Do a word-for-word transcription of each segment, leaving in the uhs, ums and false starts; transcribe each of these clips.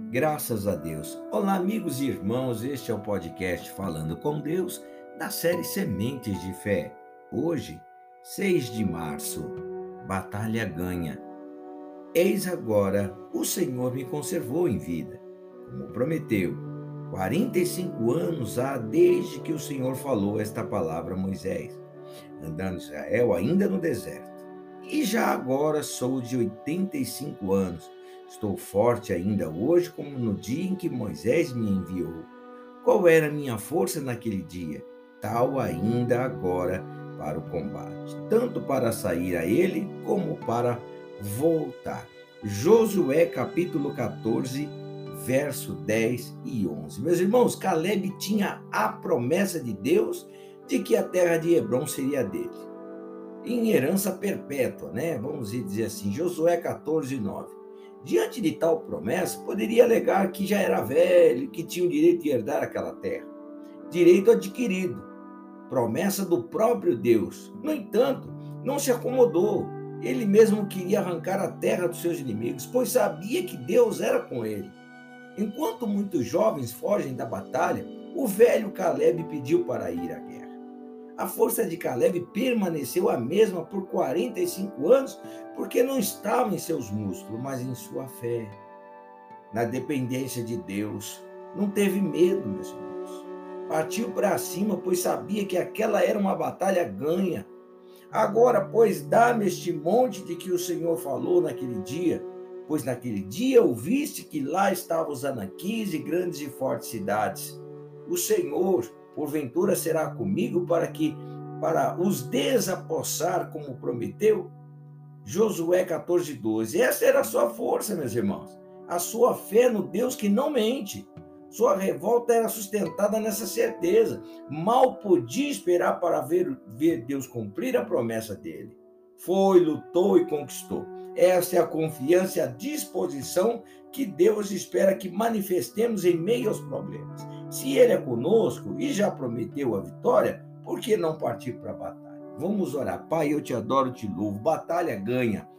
Graças a Deus. Olá, amigos e irmãos, este é o podcast Falando com Deus, da série Sementes de Fé. Hoje, seis de março, Batalha Ganha. Eis agora, o Senhor me conservou em vida, como prometeu. quarenta e cinco anos há desde que o Senhor falou esta palavra a Moisés, andando Israel ainda no deserto. E já agora sou de oitenta e cinco anos. Estou forte ainda hoje, como no dia em que Moisés me enviou. Qual era a minha força naquele dia? Tal ainda agora para o combate, tanto para sair a ele, como para voltar. Josué capítulo quatorze, verso dez e onze. Meus irmãos, Caleb tinha a promessa de Deus de que a terra de Hebrom seria dele, em herança perpétua, né? Vamos dizer assim, Josué quatorze, nove. Diante de tal promessa, poderia alegar que já era velho, que tinha o direito de herdar aquela terra. Direito adquirido, promessa do próprio Deus. No entanto, não se acomodou. Ele mesmo queria arrancar a terra dos seus inimigos, pois sabia que Deus era com ele. Enquanto muitos jovens fogem da batalha, o velho Caleb pediu para ir à guerra. A força de Caleb permaneceu a mesma por quarenta e cinco anos, porque não estava em seus músculos, mas em sua fé, na dependência de Deus. Não teve medo, meus irmãos. Partiu para cima, pois sabia que aquela era uma batalha ganha. Agora, pois, dá-me este monte de que o Senhor falou naquele dia, pois naquele dia ouviste que lá estavam os anaquis e grandes e fortes cidades. O Senhor, porventura, será comigo para que para os desapossar como prometeu? Josué quatorze, doze. Essa era a sua força, meus irmãos. A sua fé no Deus que não mente. Sua revolta era sustentada nessa certeza. Mal podia esperar para ver, ver Deus cumprir a promessa dele. Foi, lutou e conquistou. Essa é a confiança e a disposição que Deus espera que manifestemos em meio aos problemas. Se Ele é conosco e já prometeu a vitória, por que não partir para a batalha? Vamos orar. Pai, eu te adoro, te louvo. Batalha ganha.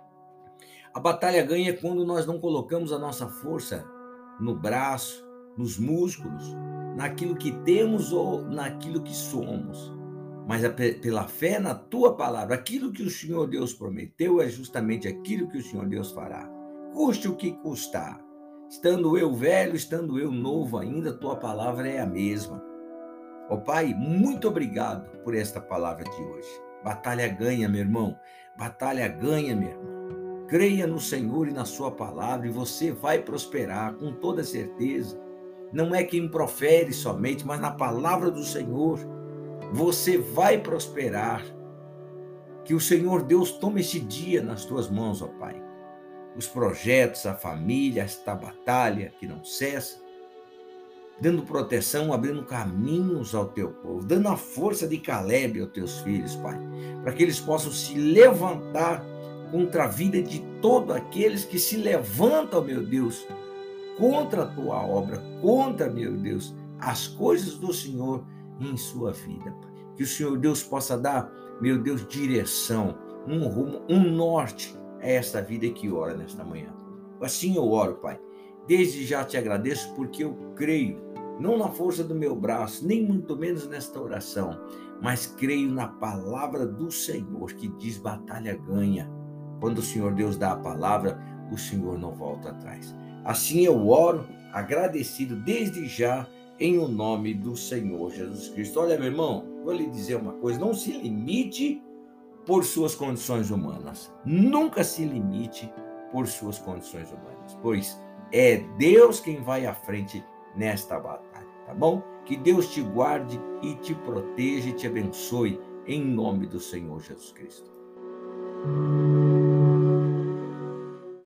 A batalha ganha é quando nós não colocamos a nossa força no braço, nos músculos, naquilo que temos ou naquilo que somos, mas pela fé na tua palavra. Aquilo que o Senhor Deus prometeu é justamente aquilo que o Senhor Deus fará, custe o que custar. Estando eu velho, estando eu novo ainda, tua palavra é a mesma. Ó Pai, muito obrigado por esta palavra de hoje. Batalha ganha, meu irmão. Batalha ganha, minha irmã. Creia no Senhor e na sua palavra e você vai prosperar com toda certeza. Não é quem profere somente, mas na palavra do Senhor. Você vai prosperar. Que o Senhor Deus tome este dia nas tuas mãos, ó Pai. Os projetos, a família, esta batalha que não cessa, dando proteção, abrindo caminhos ao teu povo, dando a força de Caleb aos teus filhos, Pai, para que eles possam se levantar contra a vida de todos aqueles que se levantam, meu Deus, contra a tua obra, contra, meu Deus, as coisas do Senhor em sua vida. Que o Senhor Deus possa dar, meu Deus, direção, um rumo, um norte a esta vida que ora nesta manhã. Assim eu oro, Pai. Desde já te agradeço porque eu creio, não na força do meu braço, nem muito menos nesta oração, mas creio na palavra do Senhor que diz batalha ganha. Quando o Senhor Deus dá a palavra, o Senhor não volta atrás. Assim eu oro, agradecido desde já, em o nome do Senhor Jesus Cristo. Olha, meu irmão, vou lhe dizer uma coisa, não se limite por suas condições humanas. Nunca se limite por suas condições humanas, pois é Deus quem vai à frente nesta batalha, tá bom? Que Deus te guarde e te proteja e te abençoe, em nome do Senhor Jesus Cristo.